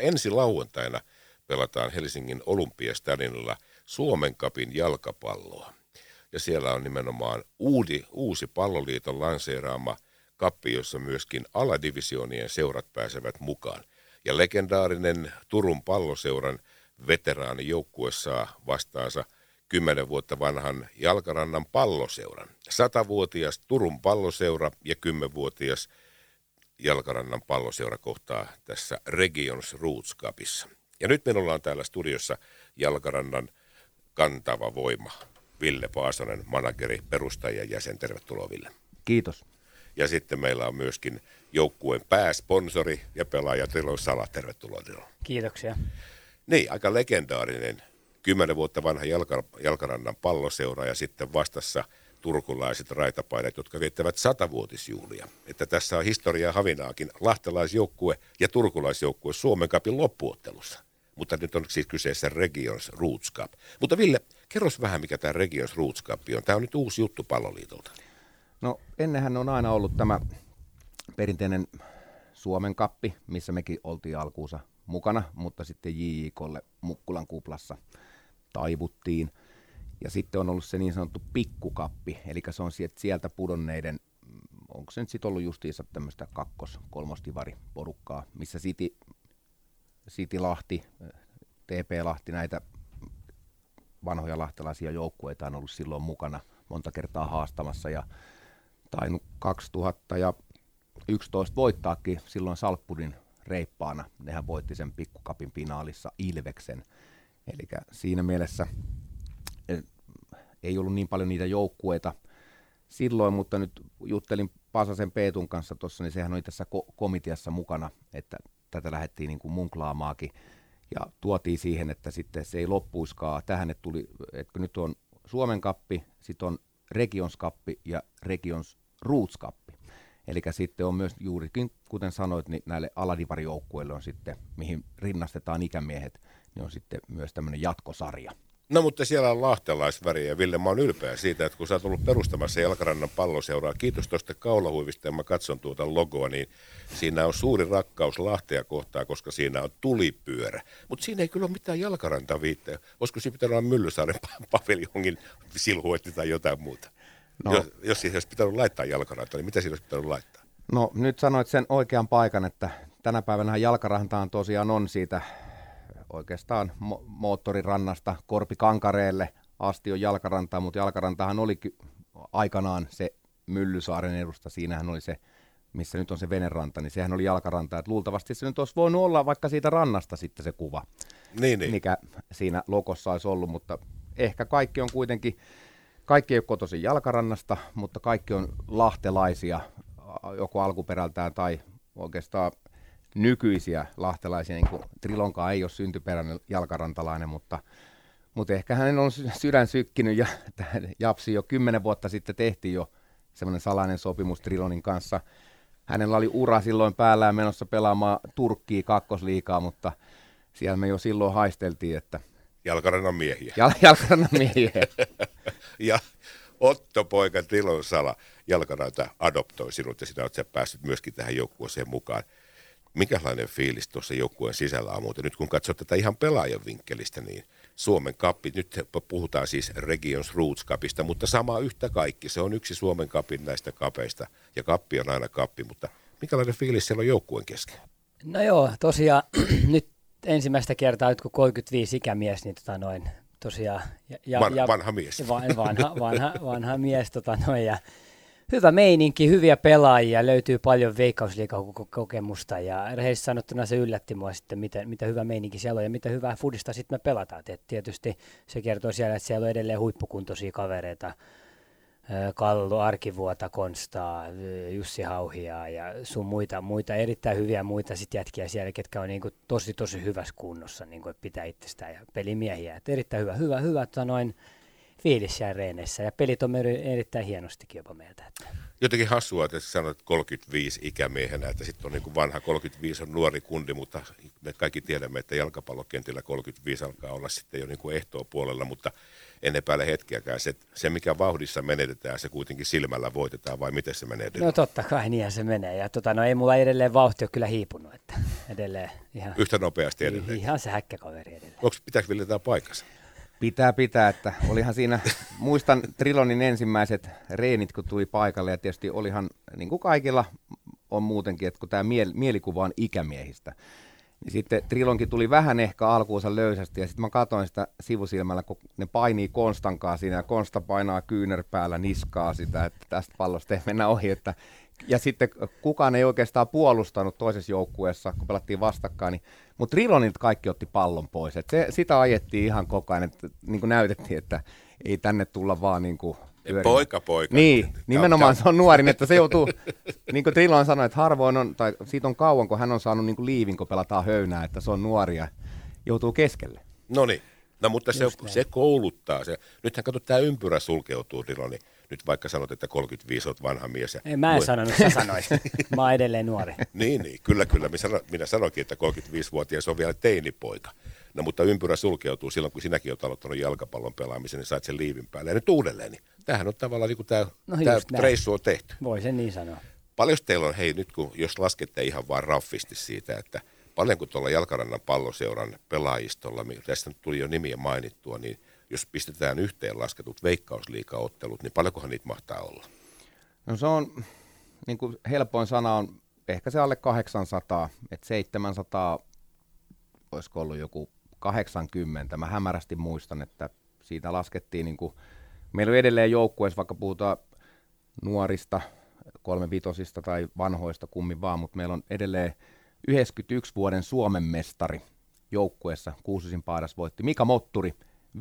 ensi lauantaina pelataan Helsingin Olympiastadionilla Suomen Cupin jalkapalloa. Ja siellä on nimenomaan uusi palloliiton lanseeraama kappi, jossa myöskin aladivisioonien seurat pääsevät mukaan. Ja legendaarinen Turun Palloseuran veteraanijoukkue saa vastaansa 10 vuotta vanhan Jalkarannan Palloseuran. 100-vuotias Turun Palloseura ja 10-vuotias Jalkarannan Palloseura kohtaa tässä Regions Roots Cupissa. Ja nyt minulla on täällä studiossa Jalkarannan kantava voima. Ville Paasonen, manageri, perustaja ja jäsen. Tervetuloa, Ville. Kiitos. Ja sitten meillä on myöskin joukkueen pääsponsori ja pelaaja Tilo Sala. Tervetuloa, Tilo. Kiitoksia. Niin, aika legendaarinen 10 vuotta vanha Jalkarannan Palloseura ja sitten vastassa turkulaiset raitapaidat, jotka viettävät 100-vuotisjuhlia. Että tässä on historiaa havinaakin lahtelaisjoukkue ja turkulaisjoukkue Suomen Cupin loppuottelussa. Mutta nyt on siis kyseessä Regions Roots Cup. Mutta Ville, kerros vähän, mikä tämä Regions Roots Cup on. Tämä on nyt uusi juttu Palloliitolta. No ennenhän on aina ollut tämä perinteinen Suomen Cup, missä mekin oltiin alkuunsa mukana, mutta sitten JJK:lle Mukkulan kuplassa taivuttiin. Ja sitten on ollut se niin sanottu pikkukappi, eli se on sieltä pudonneiden, onko se nyt sitten ollut justiinsa tämmöistä kakkos-kolmostivari porukkaa, missä City Lahti, TP Lahti, näitä vanhoja lahtelaisia joukkueita on ollut silloin mukana monta kertaa haastamassa ja tainnut 2011 voittaakin silloin Salppudin reippaana. Nehän voitti sen pikkukapin finaalissa Ilveksen. Eli siinä mielessä ei ollut niin paljon niitä joukkueita silloin, mutta nyt juttelin Pasasen Peetun kanssa tuossa, niin sehän oli tässä komiteassa mukana, että tätä lähdettiin niin kuin munklaamaakin ja tuotiin siihen, että sitten se ei loppuiskaan. Tähän että tuli, että nyt on Suomen Cuppi, sitten on Regions Cuppi ja Regions Roots Cuppi. Eli sitten on myös juurikin, kuten sanoit, niin näille aladivarijoukkueille on sitten, mihin rinnastetaan ikämiehet, niin on sitten myös tämmöinen jatkosarja. No mutta siellä on lahtelaisväriä ja Ville, mä oon ylpeä siitä, että kun sä oot ollut perustamassa Jalkarannan Palloseuraa, kiitos tuosta kaulahuivista ja mä katson tuota logoa, niin siinä on suuri rakkaus Lahtea kohtaan, koska siinä on tulipyörä. Mutta siinä ei kyllä ole mitään Jalkarantaviitteä. Olisiko siinä pitänyt olla Myllysaaren paviljongin silhuetti tai jotain muuta? No. Jos siihen olisi pitänyt laittaa Jalkaranta, niin mitä siinä olisi pitänyt laittaa? No nyt sanoit sen oikean paikan, että tänä päivänä Jalkarantaan tosiaan on siitä oikeastaan moottorirannasta Korpikankareelle asti on Jalkarantaa, mutta Jalkarantahan oli aikanaan se Myllysaaren edusta, siinähän oli se, missä nyt on se veneranta, niin sehän oli Jalkaranta, että luultavasti se nyt olisi voinut olla vaikka siitä rannasta sitten se kuva, mikä siinä logossa olisi ollut, mutta ehkä kaikki on kuitenkin, kaikki ei ole kotoisin Jalkarannasta, mutta kaikki on lahtelaisia, joko alkuperältään tai oikeastaan nykyisiä lahtelaisia, niin kuin Trilonkaan ei ole syntyperäinen jalkarantalainen, mutta ehkä hänen on sydän sykkinyt ja Japsi jo 10 vuotta sitten tehtiin jo semmoinen salainen sopimus Trilonin kanssa. Hänellä oli ura silloin päällään menossa pelaamaan Turkkiin kakkosliigaa, mutta siellä me jo silloin haisteltiin, että Jalkarannan miehiä. Jalkarannan miehiä. Ja Otto poika Trilon Sala, Jalkaranta adoptoi sinut ja sinä olet päässyt myöskin tähän joukkueeseen mukaan. Minkälainen fiilis tuossa joukkueen sisällä on muuten? Nyt kun katsot tätä ihan pelaajan vinkkelistä, niin Suomen Cup, nyt puhutaan siis Regions Roots Cupista, mutta sama yhtä kaikki. Se on yksi Suomen Cupin näistä kapeista, ja kappi on aina kappi, mutta minkälainen fiilis siellä on joukkueen kesken? No joo, tosiaan nyt ensimmäistä kertaa, nyt kun 35 ikämies, niin tosiaan... Vanha mies. Vanha mies, ja hyvä meininki, hyviä pelaajia, löytyy paljon veikkausliigakokemusta ja rehellisesti sanottuna se yllätti mua sitten, mitä hyvä meininki siellä on ja mitä hyvää fudista sitten me pelataan. Tietysti se kertoo siellä, että siellä on edelleen huippukuntoisia kavereita, Kallu, Arkivuota, Konstaa, Jussi Hauhia ja sun muita erittäin hyviä muita sit jätkiä siellä, ketkä on niinku tosi hyvässä kunnossa, niinku, että pitää itsestään ja pelimiehiä. Et erittäin hyvä fiilis siellä reeneissä. Ja pelit on mennyt erittäin hienostikin jopa meiltä. Että. Jotenkin hassua, että sanoit 35 ikämiehenä, että sitten on niin kuin vanha 35 on nuori kundi, mutta me kaikki tiedämme, että jalkapallokentillä 35 alkaa olla sitten jo niin kuin ehtoo puolella, mutta en epäile hetkeäkään. Se, mikä vauhdissa menetetään, se kuitenkin silmällä voitetaan, vai miten se menee? No totta kai, niinhän se menee. Ja ei mulla edelleen vauhti ole kyllä hiipunut, että edelleen ihan... Yhtä nopeasti edelleen? Ihan se häkkäkaveri edelleen. Pitääkö vielä jotain paikassa? Pitää, että olihan siinä, muistan Trilonin ensimmäiset reenit, kun tuli paikalle, ja tietysti olihan, niin kuin kaikilla on muutenkin, että kun tämä mielikuva on ikämiehistä, niin sitten Trilonkin tuli vähän ehkä alkuunsa löysästi, ja sitten mä katsoin sitä sivusilmällä, kun ne painii Konstankaan siinä, ja Konsta painaa kyynärpäällä niskaa sitä, että tästä pallosta ei mennä ohi, ja sitten kukaan ei oikeastaan puolustanut toisessa joukkueessa, kun pelattiin vastakkain, mutta Trilonilta kaikki otti pallon pois. Sitä ajettiin ihan koko ajan, että niin kuin näytettiin, että ei tänne tulla vaan niin kuin poika. Niin, nimenomaan se on nuorin, että se joutuu, niin kuin Trilon sanoi, että harvoin on, tai siitä on kauan, kun hän on saanut niin kuin liivin, kun pelataan höynää, että se on nuori ja joutuu keskelle. No niin, no mutta se kouluttaa. Nythän kato, tämä ympyrä sulkeutuu, Triloni. Nyt vaikka sanot, että 35 olet vanha mies. Ei, mä en sanonut, sä sanoit. Mä oon edelleen nuori. Niin, kyllä. Minä sanoinkin, että 35-vuotias on vielä teinipoika. No mutta ympyrä sulkeutuu silloin, kun sinäkin olet aloittanut jalkapallon pelaamisen, niin sait sen liivin päälle. Ja nyt uudelleen, niin tämähän on tavallaan niin kuin tämä reissu on tehty. Voi sen niin sanoa. Paljon teillä on, hei nyt jos laskette ihan vaan raffisti siitä, että paljonko tuolla Jalkarannan palloseuran pelaajistolla, tästä nyt tuli jo nimiä mainittua, niin jos pistetään yhteen lasketut veikkausliigaottelut, niin paljonkohan niitä mahtaa olla? No se on, niin kuin helpoin sana on ehkä se alle 800, että 700, olisiko ollut joku 80. Mä hämärästi muistan, että siitä laskettiin, niin kuin, meillä on edelleen joukkueessa, vaikka puhutaan nuorista, 35 tai vanhoista kummin vaan, mutta meillä on edelleen 91 vuoden Suomen mestari joukkueessa, Kuusisin paidassa voitti Mika Motturi,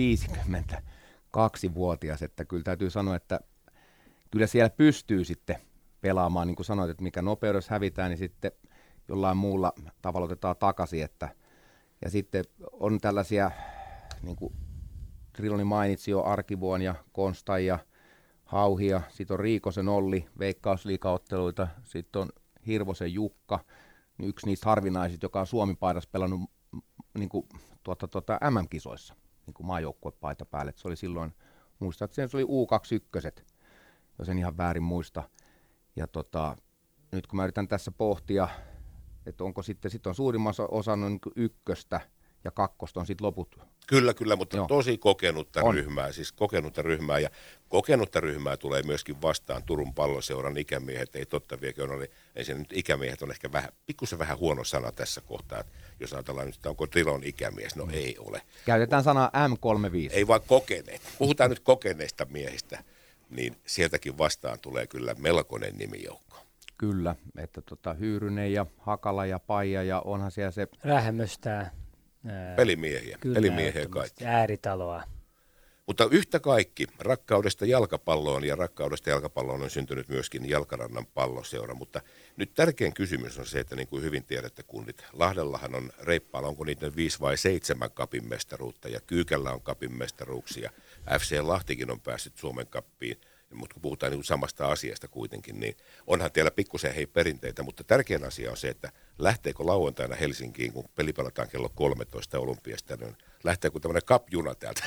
52-vuotias, että kyllä täytyy sanoa, että kyllä siellä pystyy sitten pelaamaan, niin kuin sanoit, että mikä nopeudessa hävitään, niin sitten jollain muulla tavalla otetaan takaisin, ja sitten on tällaisia, niin kuin Triloni mainitsi jo, Arkivuon ja Konstan ja Hauhia, sitten on Riikosen Olli, veikkausliigaotteluita, sitten on Hirvosen Jukka, yksi niistä harvinaisista, joka on Suomi-paidassa pelannut niin kuin, MM-kisoissa, niin kuin maajoukkuepaita päälle. Se oli silloin, muistaakseni se oli U21, jos en ihan väärin muista. Ja nyt kun mä yritän tässä pohtia, että onko sitten on suurimmassa osannut niin ykköstä ja kakkosta on sitten loput. Kyllä, mutta joo, tosi kokenutta ryhmää, siis kokenutta ryhmää, ja kokenutta ryhmää tulee myöskin vastaan Turun palloseuran ikämiehet, ei totta viekin ole, ensin nyt ikämiehet on ehkä pikkusen vähän huono sana tässä kohtaa, että jos ajatellaan nyt, että onko Trilon ikämies, no ei ole. Käytetään sanaa M35. Ei vaan kokeneet, puhutaan nyt kokeneista miehistä, niin sieltäkin vastaan tulee kyllä melkoinen nimijoukko. Kyllä, että Hyyrynen ja Hakala ja Paija ja onhan siellä se... Rähmöstää. Pelimiehiä kaikki. Ääritaloa. Mutta yhtä kaikki, rakkaudesta jalkapalloon ja rakkaudesta jalkapalloon on syntynyt myöskin Jalkarannan palloseura, mutta nyt tärkein kysymys on se, että niin kuin hyvin tiedätte kunnit, Lahdellahan on reippaalla, onko niitä 5 vai 7 kapin mestaruutta ja Kyykällä on kapin mestaruuksia, FC Lahtikin on päässyt Suomen kappiin, mutta kun puhutaan niin samasta asiasta kuitenkin, niin onhan teillä pikkusen perinteitä, mutta tärkein asia on se, että lähteekö lauantaina Helsinkiin, kun peli pelataan kello 13 Olympiastadion, lähteekö tämmöinen cup-juna täältä?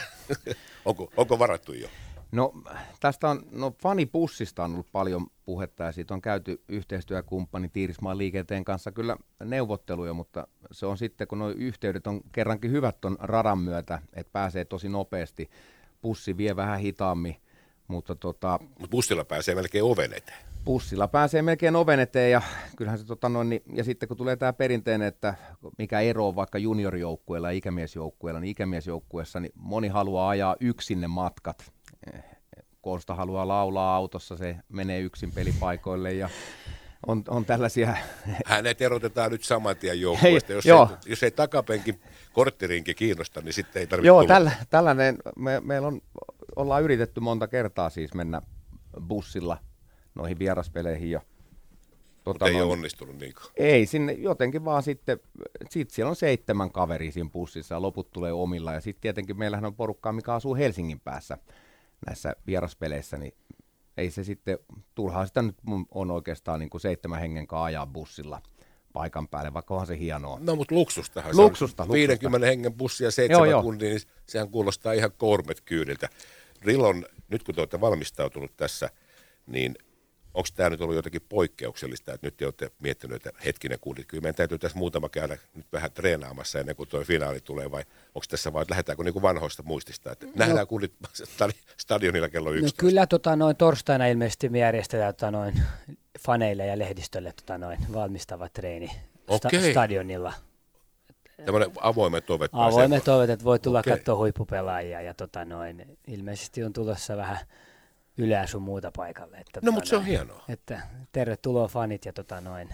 onko varattu jo? No tästä on, fanipussista on ollut paljon puhetta ja siitä on käyty yhteistyökumppani Tiirismaan liikenteen kanssa kyllä neuvotteluja, mutta se on sitten, kun nuo yhteydet on kerrankin hyvät ton radan myötä, että pääsee tosi nopeasti, pussi vie vähän hitaammin. Mutta bussilla pääsee melkein oven eteen. Bussilla pääsee melkein oven eteen ja kyllähän se ja sitten kun tulee tämä perinteinen, että mikä ero on vaikka juniorijoukkueella ja ikämiesjoukkueella, niin ikämiesjoukkueessa niin moni haluaa ajaa yksin ne matkat. Konsta haluaa laulaa autossa, se menee yksin pelipaikoille ja on tällaisia... Hänet erotetaan nyt saman tien joukkueesta. Jos ei takapenkin korttirinki kiinnosta, niin sitten ei tarvitse tulla. Tällainen, meillä ollaan yritetty monta kertaa siis mennä bussilla noihin vieraspeleihin. Mutta ei ole onnistunut niinkään. Ei, sinne jotenkin vaan sitten siellä on 7 kaveria siinä bussissa ja loput tulee omilla. Ja sitten tietenkin meillähän on porukkaa, mikä asuu Helsingin päässä. näissä vieraspeleissä, niin ei se sitten, turhaa sitä nyt on oikeastaan niin kuin 7 hengen kanssa ajaa bussilla paikan päälle, vaikka onhan se hienoa. No, mutta luksustahan Luksusta. 50 hengen bussia 7 kuntia, niin sehän kuulostaa ihan gourmet-kyydiltä. Rilon, nyt kun te olette valmistautunut tässä, niin onko tämä nyt ollut jotenkin poikkeuksellista, että nyt te olette miettineet, että hetkinen kundit, kyllä meidän täytyy tässä muutama käydä nyt vähän treenaamassa ennen kuin tuo finaali tulee, vai onko tässä vaan, että lähdetäänkö niin kuin vanhoista muistista, että nähdään kundit stadionilla kello 11? No kyllä torstaina ilmeisesti me järjestetään faneille ja lehdistölle valmistava treeni stadionilla. Tämmöinen avoimet ovet. Avoimet ovet, että voi tulla katsoa huippupelaajia ja ilmeisesti on tulossa vähän Yleä sun muuta paikalle. Että, no, mutta se on hienoa. Että tervetuloa fanit ja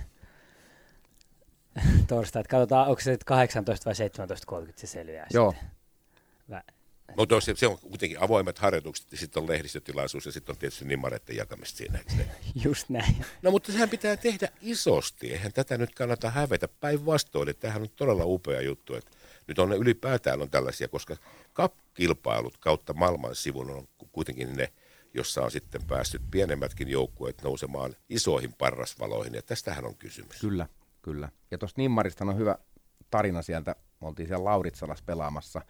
torstai. Katsotaan, onko se 18 vai 17.30 se selviää. Joo. Mutta se on kuitenkin avoimet harjoitukset, ja sitten on lehdistötilaisuus, ja sitten on tietysti nimmareiden jakamista siinä. Just näin. No, mutta sehän pitää tehdä isosti. Eihän tätä nyt kannata hävetä päinvastoin. Tämähän on todella upea juttu. Että nyt on ylipäätään on tällaisia, koska CUP-kilpailut kautta maailman sivun on kuitenkin ne, jossa on sitten päässyt pienemmätkin joukkueet nousemaan isoihin parrasvaloihin, ja tästähän on kysymys. Kyllä. Ja tuosta nimmarista on hyvä tarina sieltä. Me oltiin siellä Lauritsalassa pelaamassa.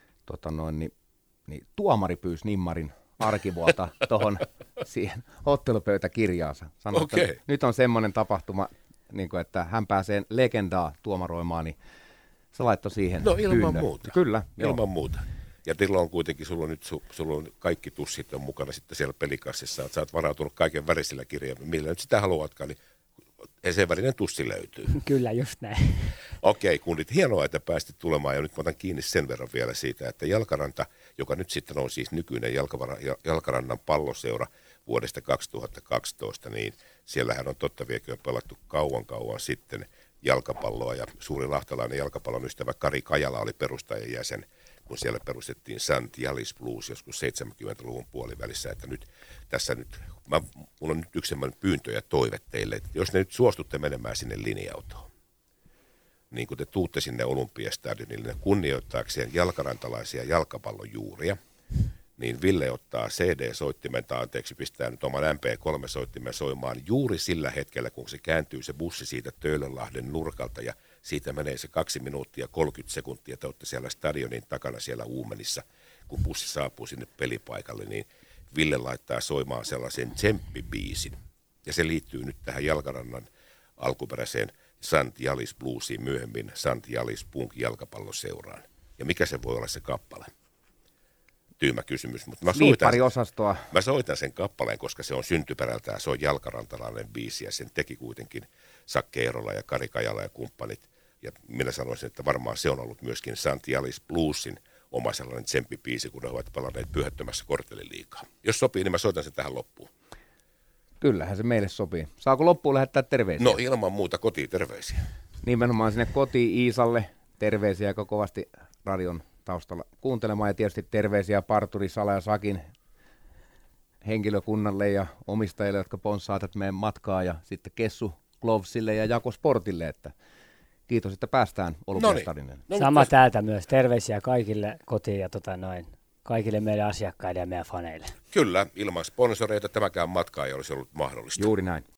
Niin tuomari pyysi nimmarin arkivuolta tuohon siihen ottelupöytäkirjaansa. Sanoi, että nyt on semmoinen tapahtuma, niin kuin, että hän pääsee legendaa tuomaroimaan, niin se laittoi siihen ilman muuta. Kyllä. Ilman muuta. Ja Tilla on kuitenkin, sulla on kaikki tussit on mukana sitten siellä pelikassissa, että sä oot varautunut kaiken värisillä kirjaimilla, millä nyt sitä haluatkaan, niin sen värinen tussi löytyy. Kyllä, just näin. Okei, kundit, hienoa, että päästit tulemaan, ja nyt mä otan kiinni sen verran vielä siitä, että Jalkaranta, joka nyt sitten on siis nykyinen Jalkarannan palloseura vuodesta 2012, niin siellähän on totta vieköön pelattu kauan sitten jalkapalloa, ja suuri lahtelainen jalkapallon ystävä Kari Kajala oli perustajien jäsen, kun siellä perustettiin St. Jalis Blues joskus 70-luvun puolivälissä, että mulla on nyt yksi sellainen pyyntö ja toive teille, että jos ne nyt suostutte menemään sinne linja-autoon, niin kun te tuutte sinne Olympiastadionille kunnioittaakseen jalkarantalaisia jalkapallon juuria, niin Ville ottaa CD-soittimen, pistää nyt oman MP3-soittimen soimaan juuri sillä hetkellä, kun se kääntyy se bussi siitä Töölönlahden nurkalta, ja siitä menee se 2 minuuttia 30 sekuntia, te olette siellä stadionin takana siellä Uumenissa, kun bussi saapuu sinne pelipaikalle, niin Ville laittaa soimaan sellaisen tsemppibiisin, ja se liittyy nyt tähän Jalkarannan alkuperäiseen St. Jalis Bluesiin, myöhemmin St. Jalis Punk jalkapalloseuraan. Ja mikä se voi olla se kappale? Tyymä kysymys, mutta mä soitan sen kappaleen, koska se on syntyperältään, se on jalkarantalainen biisi, ja sen teki kuitenkin Sakke Eerola ja Kari Kajala ja kumppanit. Ja minä sanoisin, että varmaan se on ollut myöskin St. Jalis Bluesin oma sellainen tsemppibiisi, kun ne ovat pelanneet Pyhättömässä kortteliliigaa. Jos sopii, niin mä soitan sen tähän loppuun. Kyllähän se meille sopii. Saako loppuun lähettää terveisiä? No ilman muuta kotiin terveisiä. Nimenomaan sinne kotiin Iisalle terveisiä, joka kovasti radion taustalla kuuntelemaan, ja tietysti terveisiä parturi Sala ja Sakin henkilökunnalle ja omistajille, jotka ponssaavat meidän matkaa, ja sitten Kessu Glovesille ja Jako Sportille, että kiitos, että päästään Olympiastadionille. Sama täältä myös. Terveisiä kaikille kotiin ja kaikille meidän asiakkaille ja meidän faneille. Kyllä, ilman sponsoreita tämäkään matka ei olisi ollut mahdollista. Juuri näin.